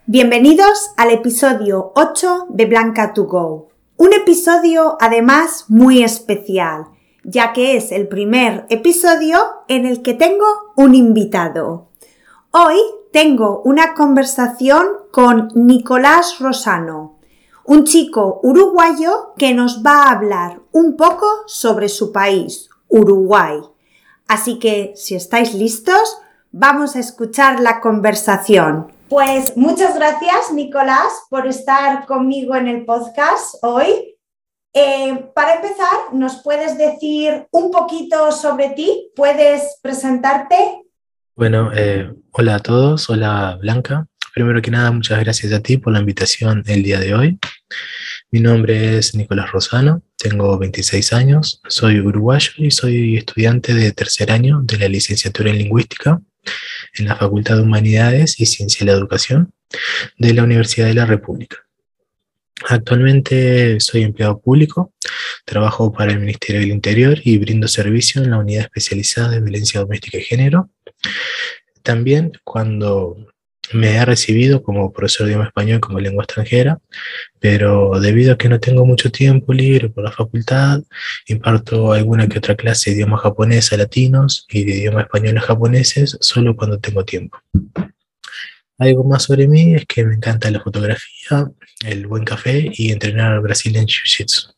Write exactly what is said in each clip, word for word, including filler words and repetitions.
Bienvenidos al episodio ocho de Blanca to Go. Un episodio además muy especial, ya que es el primer episodio en el que tengo un invitado. Hoy tengo una conversación con Nicolás Rosano, un chico uruguayo que nos va a hablar un poco sobre su país, Uruguay. Así que, si estáis listos, vamos a escuchar la conversación. Pues muchas gracias, Nicolás, por estar conmigo en el podcast hoy. Eh, para empezar, ¿nos puedes decir un poquito sobre ti? ¿Puedes presentarte? Bueno, eh, hola a todos, hola Blanca. Primero que nada, muchas gracias a ti por la invitación el día de hoy. Mi nombre es Nicolás Rosano, tengo veintiséis años, soy uruguayo y soy estudiante de tercer año de la licenciatura en Lingüística en la Facultad de Humanidades y Ciencia de la Educación de la Universidad de la República. Actualmente soy empleado público, trabajo para el Ministerio del Interior y brindo servicio en la Unidad Especializada de Violencia Doméstica y Género. También cuando me he recibido como profesor de idioma español como lengua extranjera, pero debido a que no tengo mucho tiempo libre por la facultad, imparto alguna que otra clase de idioma japonés a latinos y de idioma español a japoneses solo cuando tengo tiempo. Algo más sobre mí es que me encanta la fotografía, el buen café y entrenar al Brazilian Jiu-Jitsu.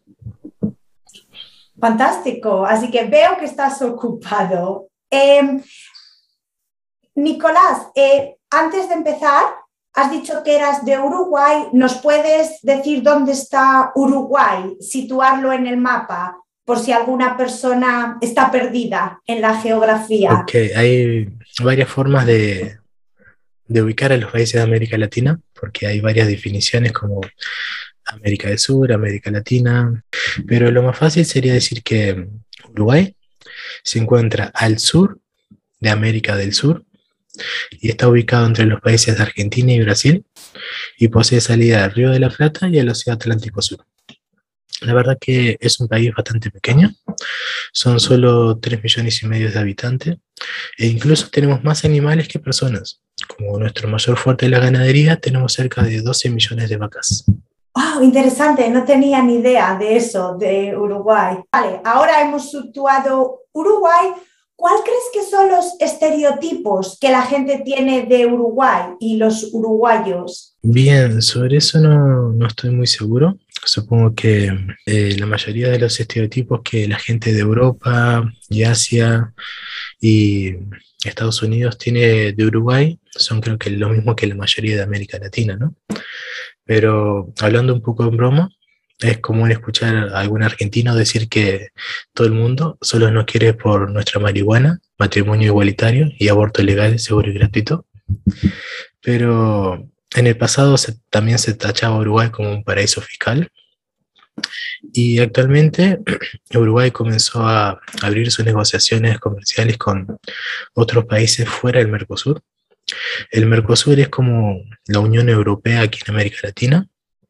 Fantástico, así que veo que estás ocupado. Eh, Nicolás, eh, antes de empezar, has dicho que eras de Uruguay. ¿Nos puedes decir dónde está Uruguay? Situarlo en el mapa, por si alguna persona está perdida en la geografía. Ok, hay varias formas de, de ubicar a los países de América Latina, porque hay varias definiciones como América del Sur, América Latina, pero lo más fácil sería decir que Uruguay se encuentra al sur de América del Sur y está ubicado entre los países de Argentina y Brasil y posee salida al Río de la Plata y al Océano Atlántico Sur. La verdad que es un país bastante pequeño, son solo tres millones y medio de habitantes e incluso tenemos más animales que personas. Como nuestro mayor fuerte es la ganadería, tenemos cerca de doce millones de vacas. ¡Oh, interesante! No tenía ni idea de eso, de Uruguay. Vale, ahora hemos situado Uruguay. ¿Cuál crees que son los estereotipos que la gente tiene de Uruguay y los uruguayos? Bien, sobre eso no, no estoy muy seguro. Supongo que eh, la mayoría de los estereotipos que la gente de Europa y Asia y Estados Unidos tiene de Uruguay son creo que lo mismo que la mayoría de América Latina, ¿no? Pero hablando un poco en broma, es común escuchar a algún argentino decir que todo el mundo solo nos quiere por nuestra marihuana, matrimonio igualitario y aborto legal, seguro y gratuito. Pero en el pasado se, también se tachaba a Uruguay como un paraíso fiscal. Y actualmente Uruguay comenzó a abrir sus negociaciones comerciales con otros países fuera del Mercosur. El Mercosur es como la Unión Europea aquí en América Latina.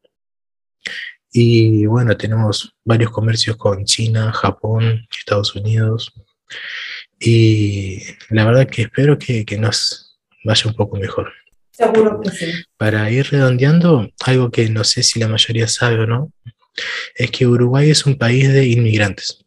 Y bueno, tenemos varios comercios con China, Japón, Estados Unidos. Y la verdad que espero que, que nos vaya un poco mejor. Seguro que sí. Para ir redondeando, algo que no sé si la mayoría sabe o no, es que Uruguay es un país de inmigrantes.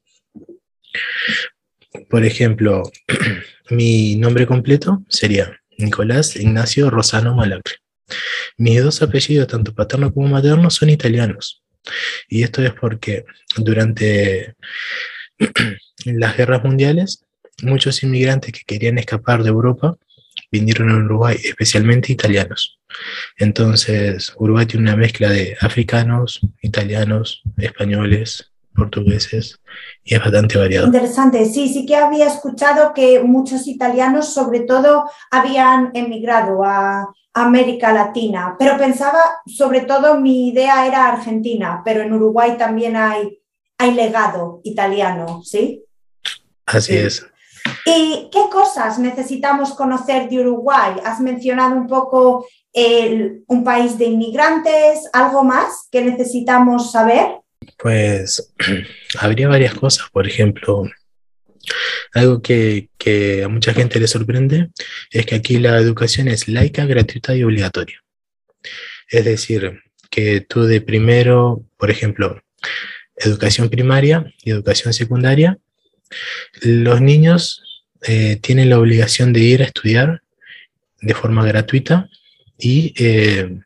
Por ejemplo, mi nombre completo sería Nicolás Ignacio Rosano Malacre. Mis dos apellidos, tanto paterno como materno, son italianos. Y esto es porque durante las guerras mundiales, muchos inmigrantes que querían escapar de Europa vinieron a Uruguay, especialmente italianos. Entonces, Uruguay tiene una mezcla de africanos, italianos, españoles, portugueses, y es bastante variado. Interesante, sí, sí que había escuchado que muchos italianos, sobre todo, habían emigrado a América Latina, pero pensaba, sobre todo, mi idea era Argentina, pero en Uruguay también hay, hay legado italiano, ¿sí? Así sí. es. ¿Y qué cosas necesitamos conocer de Uruguay? Has mencionado un poco el, un país de inmigrantes, ¿algo más que necesitamos saber? Pues habría varias cosas, por ejemplo, algo que, que a mucha gente le sorprende es que aquí la educación es laica, gratuita y obligatoria. Es decir, que tú de primero, por ejemplo, educación primaria y educación secundaria, los niños eh, tienen la obligación de ir a estudiar de forma gratuita y eh,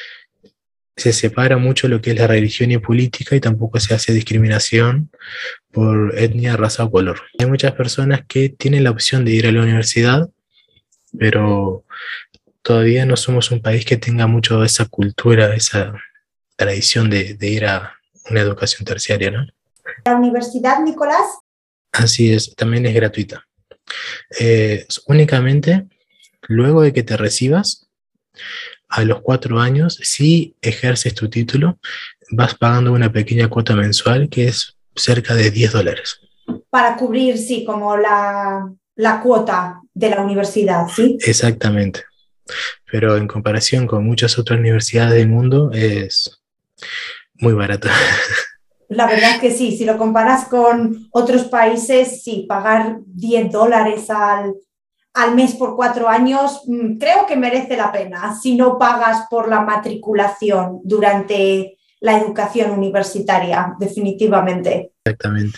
se separa mucho lo que es la religión y política y tampoco se hace discriminación por etnia, raza o color. Hay muchas personas que tienen la opción de ir a la universidad, pero todavía no somos un país que tenga mucho esa cultura, esa tradición de, de ir a una educación terciaria, ¿no? ¿La universidad, Nicolás? Así es, también es gratuita. Eh, únicamente luego de que te recibas, a los cuatro años, si ejerces tu título, vas pagando una pequeña cuota mensual que es cerca de diez dólares. Para cubrir, sí, como la, la cuota de la universidad, ¿sí? Exactamente. Pero en comparación con muchas otras universidades del mundo, es muy barato. La verdad es que sí, si lo comparas con otros países, sí, pagar diez dólares al, al mes por cuatro años, creo que merece la pena si no pagas por la matriculación durante la educación universitaria, definitivamente. Exactamente.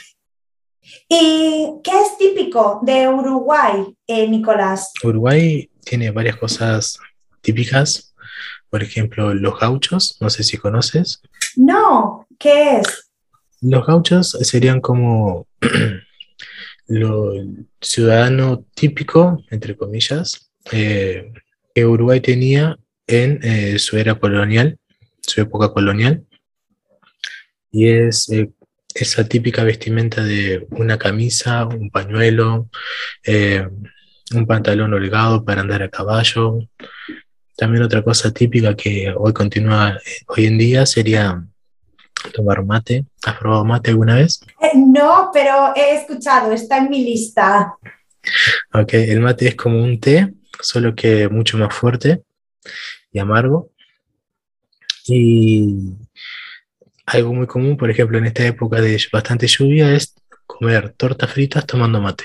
¿Y qué es típico de Uruguay, eh, Nicolás? Uruguay tiene varias cosas típicas, por ejemplo, los gauchos, no sé si conoces. No, ¿qué es? Los gauchos serían como lo ciudadano típico, entre comillas, eh, que Uruguay tenía en eh, su era colonial, su época colonial, y es eh, esa típica vestimenta de una camisa, un pañuelo, eh, un pantalón holgado para andar a caballo. También otra cosa típica que hoy continúa eh, hoy en día sería tomar mate. ¿Has probado mate alguna vez? Eh, no, pero he escuchado, está en mi lista. Ok, el mate es como un té, solo que mucho más fuerte y amargo. Y algo muy común, por ejemplo, en esta época de bastante lluvia, es comer tortas fritas tomando mate.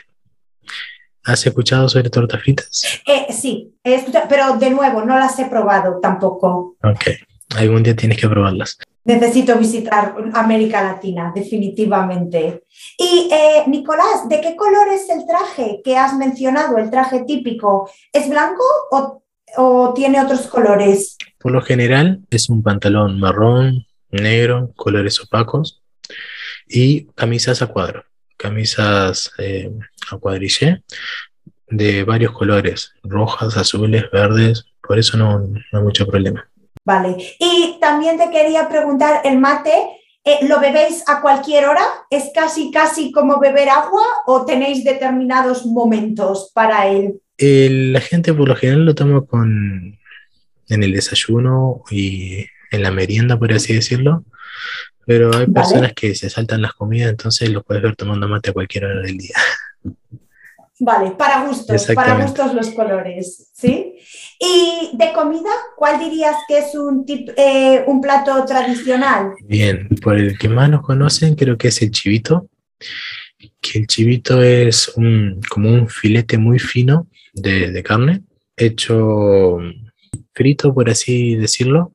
¿Has escuchado sobre tortas fritas? Eh, sí, he escuchado, pero de nuevo, no las he probado tampoco. Ok, algún día tienes que probarlas. Necesito visitar América Latina, definitivamente. Y eh, Nicolás, ¿de qué color es el traje que has mencionado, el traje típico? ¿Es blanco o, o tiene otros colores? Por lo general es un pantalón marrón, negro, colores opacos y camisas a cuadro, camisas eh, a cuadrillé de varios colores, rojas, azules, verdes, por eso no, no hay mucho problema. Vale. Y también te quería preguntar, ¿el mate eh, lo bebéis a cualquier hora? ¿Es casi, casi como beber agua o tenéis determinados momentos para él? Eh, la gente por lo general lo toma con, en el desayuno y en la merienda, por así decirlo, pero hay personas Vale. que se saltan las comidas, entonces lo puedes ver tomando mate a cualquier hora del día. Vale, para gustos, para Exactamente. gustos los colores, ¿sí? Y de comida, ¿cuál dirías que es un, tip, eh, un plato tradicional? Bien, por el que más nos conocen creo que es el chivito, que el chivito es un, como un filete muy fino de, de carne, hecho frito, por así decirlo,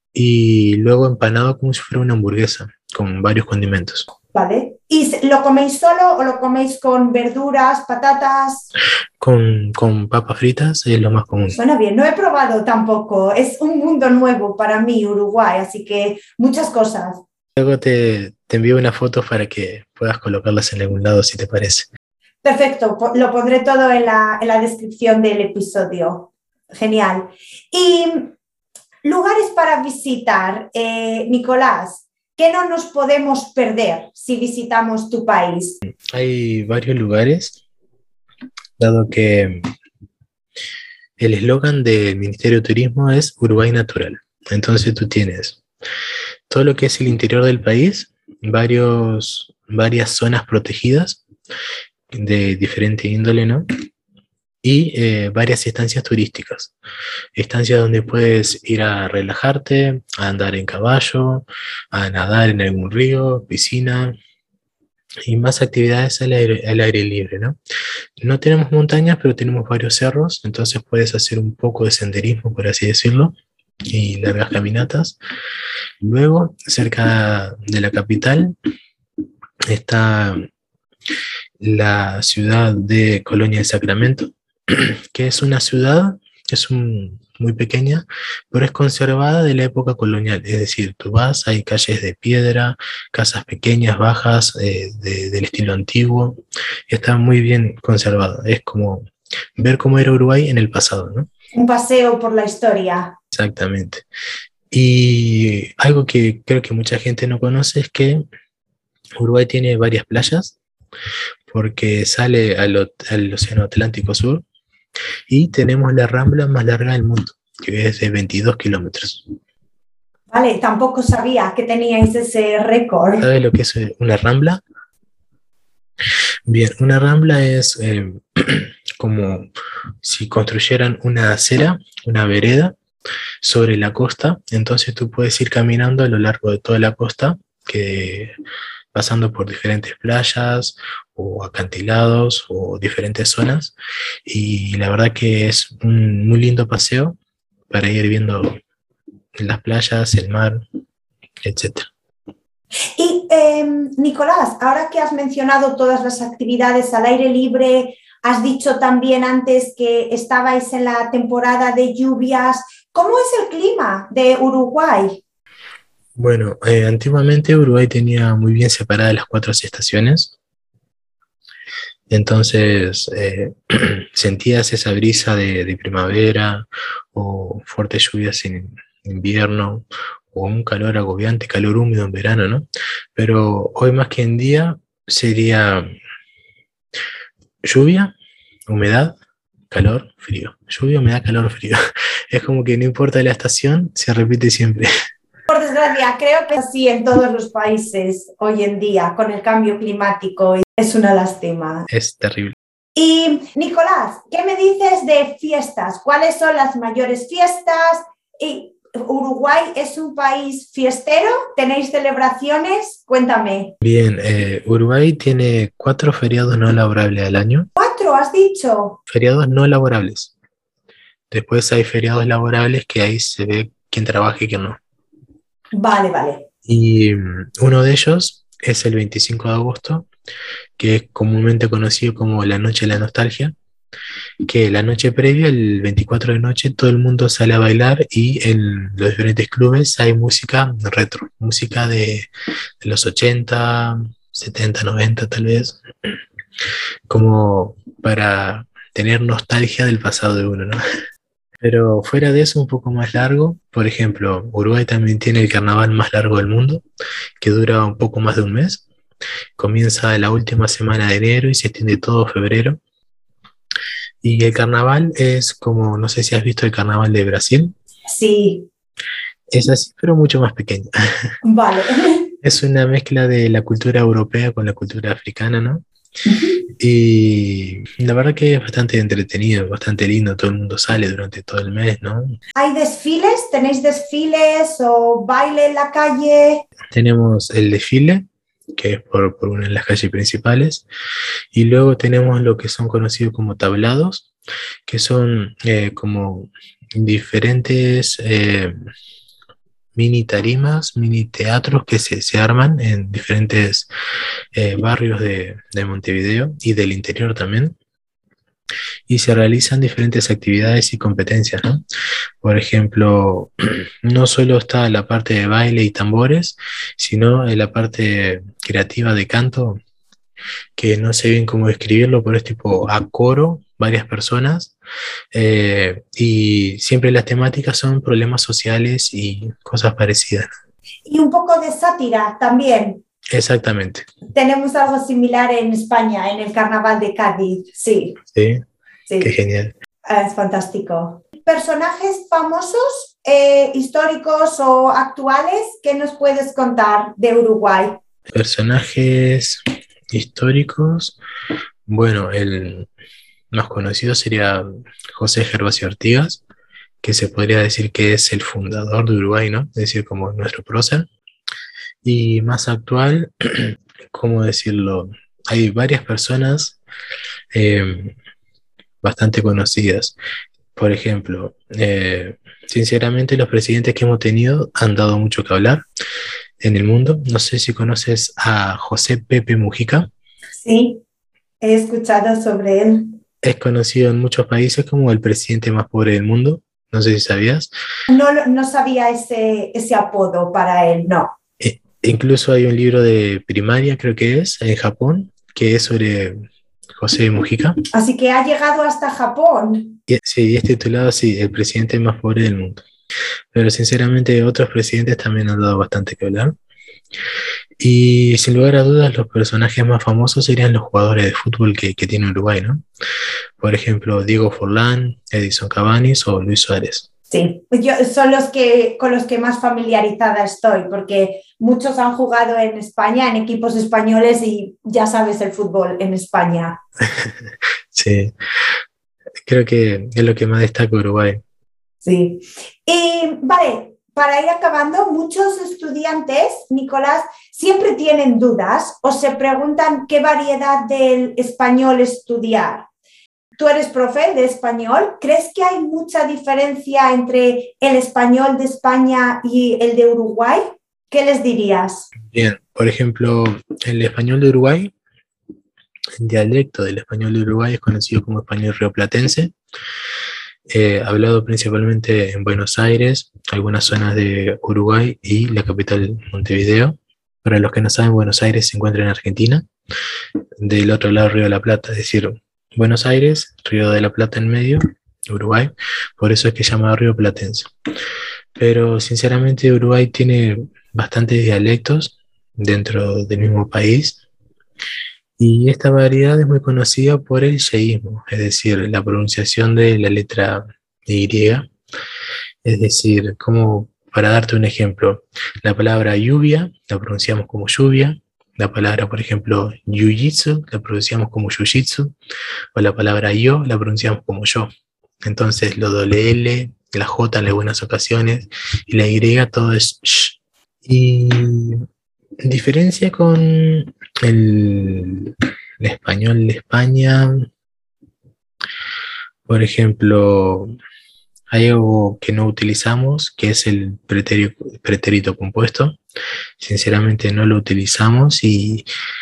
y luego empanado como si fuera una hamburguesa, con varios condimentos. ¿Vale? ¿Y lo coméis solo o lo coméis con verduras, patatas? Con, con papas fritas es lo más común. Suena bien, no he probado tampoco, es un mundo nuevo para mí, Uruguay, así que muchas cosas. Luego te, te envío una foto para que puedas colocarlas en algún lado si te parece. Perfecto, lo pondré todo en la, en la descripción del episodio. Genial. Y lugares para visitar, eh, Nicolás, ¿qué no nos podemos perder si visitamos tu país? Hay varios lugares, dado que el eslogan del Ministerio de Turismo es Uruguay Natural. Entonces tú tienes todo lo que es el interior del país, varios, varias zonas protegidas de diferente índole, ¿no? Y eh, varias estancias turísticas. Estancias donde puedes ir a relajarte, a andar en caballo, a nadar en algún río, piscina y más actividades al aire, al aire libre, ¿no? No tenemos montañas, pero tenemos varios cerros, entonces puedes hacer un poco de senderismo, por así decirlo. y largas caminatas. Luego, cerca de la capital, está la ciudad de Colonia del Sacramento, que es una ciudad, es un, muy pequeña, pero es conservada de la época colonial. Es decir, tú vas, hay calles de piedra, casas pequeñas, bajas, eh, de- del estilo antiguo, está muy bien conservada. Es como ver cómo era Uruguay en el pasado, ¿no? Un paseo por la historia. Exactamente. Y algo que creo que mucha gente no conoce es que Uruguay tiene varias playas, porque sale al, o- al Océano Atlántico Sur y tenemos la rambla más larga del mundo, que es de veintidós kilómetros. Vale, tampoco sabía que teníais ese récord. ¿Sabes lo que es eh, una rambla? Bien, una rambla es eh, como si construyeran una acera, una vereda sobre la costa, entonces tú puedes ir caminando a lo largo de toda la costa, que pasando por diferentes playas o acantilados o diferentes zonas, y la verdad que es un muy lindo paseo para ir viendo las playas, el mar, etcétera. Y eh, Nicolás, ahora que has mencionado todas las actividades al aire libre, has dicho también antes que estabais en la temporada de lluvias. ¿Cómo es el clima de Uruguay? Bueno, eh, antiguamente Uruguay tenía muy bien separadas las cuatro estaciones, entonces eh, sentías esa brisa de, de primavera o fuertes lluvias en invierno o un calor agobiante, calor húmedo en verano, ¿no? Pero hoy más que en día sería lluvia, humedad, calor, frío. Lluvia, humedad, calor, frío. Es como que no importa la estación, se repite siempre. Por desgracia, creo que es así en todos los países hoy en día con el cambio climático y es una lástima. Es terrible. Y Nicolás, ¿qué me dices de fiestas? ¿Cuáles son las mayores fiestas? Y Uruguay es un país fiestero, ¿tenéis celebraciones? Cuéntame. Bien, eh, Uruguay tiene cuatro feriados no laborables al año. ¿Cuatro has dicho? Feriados no laborables. Después hay feriados laborables que ahí se ve quién trabaja y quién no. Vale, vale. Y mm, uno de ellos es el veinticinco de agosto, que es comúnmente conocido como la Noche de la Nostalgia, que la noche previa, el veinticuatro de noche, todo el mundo sale a bailar y en los diferentes clubes hay música retro, música de, de los ochenta, setenta, noventa tal vez, como para tener nostalgia del pasado de uno, ¿no? Pero fuera de eso, un poco más largo, por ejemplo, Uruguay también tiene el carnaval más largo del mundo, que dura un poco más de un mes. Comienza la última semana de enero y se extiende todo febrero. Y el carnaval es como, no sé si has visto el carnaval de Brasil, Sí, es así, pero mucho más pequeño. vale. Es una mezcla de la cultura europea con la cultura africana, ¿no? Y la verdad que es bastante entretenido, bastante lindo, todo el mundo sale durante todo el mes, ¿no? ¿Hay desfiles? ¿Tenéis desfiles o baile en la calle? Tenemos el desfile, que es por, por una de las calles principales, y luego tenemos lo que son conocidos como tablados, que son eh, como diferentes eh, mini tarimas, mini teatros que se, se arman en diferentes eh, barrios de, de Montevideo y del interior también, y se realizan diferentes actividades y competencias, ¿no? Por ejemplo, no solo está la parte de baile y tambores, sino en la parte creativa de canto, que no sé bien cómo describirlo, pero es tipo a coro, varias personas, eh, y siempre las temáticas son problemas sociales y cosas parecidas. Y un poco de sátira también. Exactamente, Tenemos algo similar en España, en el Carnaval de Cádiz. Sí, sí, qué sí, genial. es fantástico. ¿Personajes famosos, eh, históricos o actuales que nos puedes contar de Uruguay? Personajes históricos, bueno, el más conocido sería José Gervasio Artigas, que se podría decir que es el fundador de Uruguay, ¿no? Es decir, como nuestro prócer. Y más actual, ¿cómo decirlo? Hay varias personas eh, bastante conocidas. Por ejemplo, eh, sinceramente los presidentes que hemos tenido han dado mucho que hablar en el mundo. No sé si conoces a José Pepe Mujica. Sí, he escuchado sobre él. Es conocido en muchos países como el presidente más pobre del mundo. No sé si sabías. No, no sabía ese, ese apodo para él, no. E- incluso hay un libro de primaria, creo que es, en Japón, que es sobre José Mujica. Así que ha llegado hasta Japón. Y, sí, es titulado así, el presidente más pobre del mundo. Pero sinceramente otros presidentes también han dado bastante que hablar. Y sin lugar a dudas los personajes más famosos serían los jugadores de fútbol que, que tiene Uruguay, ¿no? Por ejemplo, Diego Forlán, Edison Cavani o Luis Suárez. Sí, yo, son los que, con los que más familiarizada estoy, porque muchos han jugado en España, en equipos españoles, y ya sabes el fútbol en España. Sí, creo que es lo que más destaca Uruguay. Sí. Y vale, para ir acabando, muchos estudiantes, Nicolás, siempre tienen dudas o se preguntan qué variedad del español estudiar. Tú eres profe de español, ¿crees que hay mucha diferencia entre el español de España y el de Uruguay? ¿Qué les dirías? Bien, por ejemplo, el español de Uruguay, el dialecto del español de Uruguay es conocido como español rioplatense, eh, hablado principalmente en Buenos Aires, algunas zonas de Uruguay y la capital Montevideo. Para los que no saben, Buenos Aires se encuentra en Argentina, del otro lado Río de la Plata, es decir, Buenos Aires, Río de la Plata en medio, Uruguay, por eso es que se llama Río Platense. Pero sinceramente Uruguay tiene bastantes dialectos dentro del mismo país y esta variedad es muy conocida por el yeísmo, es decir, la pronunciación de la letra Y, es decir, como para darte un ejemplo, la palabra lluvia la pronunciamos como lluvia, la palabra, por ejemplo, jiu-jitsu la pronunciamos como jiu-jitsu, o la palabra yo la pronunciamos como yo. Entonces, lo doble L, la J en algunas ocasiones, y la Y, todo es sh. Y en diferencia con el, el español de España, por ejemplo, hay algo que no utilizamos, que es el pretérito, pretérito compuesto. Sinceramente no lo utilizamos y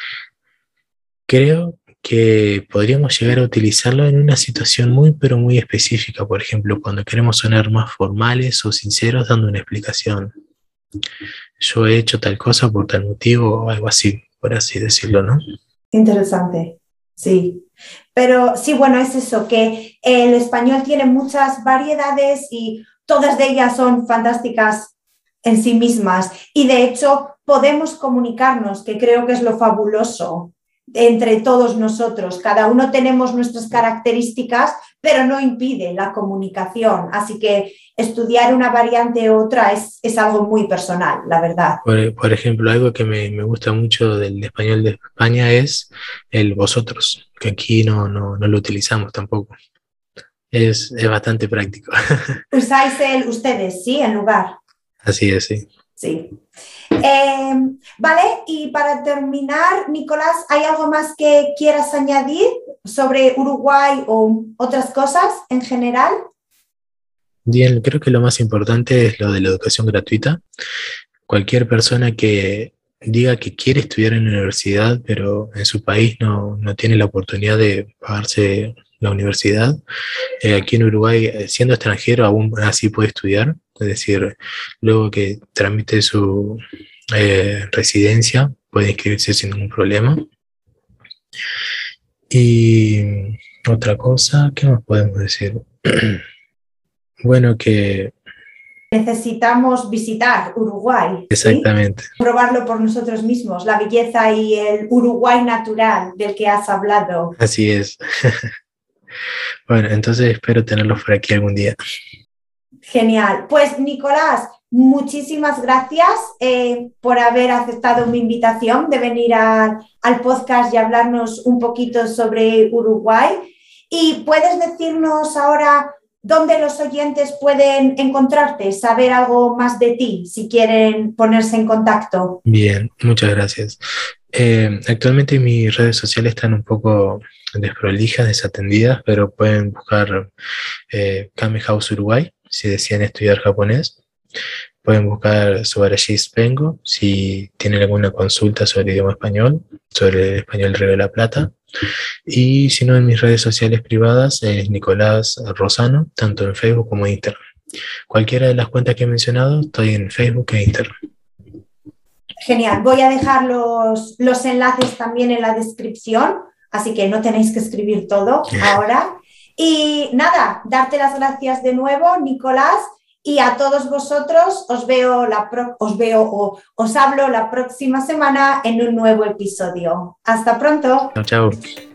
creo que podríamos llegar a utilizarlo en una situación muy, pero muy específica. Por ejemplo, cuando queremos sonar más formales o sinceros dando una explicación. Yo he hecho tal cosa por tal motivo o algo así, por así decirlo, ¿no? Interesante, sí. Pero sí, bueno, es eso, que el español tiene muchas variedades y todas de ellas son fantásticas en sí mismas. Y de hecho podemos comunicarnos, que creo que es lo fabuloso entre todos nosotros. Cada uno tenemos nuestras características, pero no impide la comunicación. Así que estudiar una variante u otra es, es algo muy personal, la verdad. Por, por ejemplo, algo que me, me gusta mucho del español de España es el vosotros, que aquí no, no, no lo utilizamos tampoco. Es, es bastante práctico. Usáis el ustedes, ¿sí? En lugar. Así es, sí. Sí. Eh, vale, y para terminar, Nicolás, ¿hay algo más que quieras añadir sobre Uruguay o otras cosas en general? Bien, creo que lo más importante es lo de la educación gratuita. Cualquier persona que diga que quiere estudiar en la universidad, pero en su país no, no tiene la oportunidad de pagarse la universidad, eh, aquí en Uruguay, eh, siendo extranjero, aún así puede estudiar. Es decir, luego que tramite su eh, residencia, puede inscribirse sin ningún problema. Y otra cosa, ¿qué más podemos decir? Bueno, que Necesitamos visitar Uruguay, exactamente. ¿sí? Probarlo por nosotros mismos, la belleza y el Uruguay natural del que has hablado. Así es. Bueno, entonces espero tenerlos por aquí algún día. Genial. Pues Nicolás, muchísimas gracias eh, por haber aceptado mi invitación de venir a, al podcast y hablarnos un poquito sobre Uruguay. ¿Y puedes decirnos ahora ¿dónde los oyentes pueden encontrarte, saber algo más de ti, si quieren ponerse en contacto? Bien, muchas gracias. Eh, actualmente mis redes sociales están un poco desprolijas, desatendidas, pero pueden buscar eh, Kame House Uruguay si desean estudiar japonés. Pueden buscar Subarashi Spengo si tienen alguna consulta sobre idioma español, sobre el español Río de la Plata. Y si no, en mis redes sociales privadas es Nicolás Rosano, tanto en Facebook como en Instagram. Cualquiera de las cuentas que he mencionado, estoy en Facebook e Instagram. Genial, voy a dejar los, los enlaces también en la descripción, así que no tenéis que escribir todo ahora. Y nada, darte las gracias de nuevo, Nicolás, y a todos vosotros os veo, la pro, os veo o os hablo la próxima semana en un nuevo episodio. Hasta pronto. Chao, chao.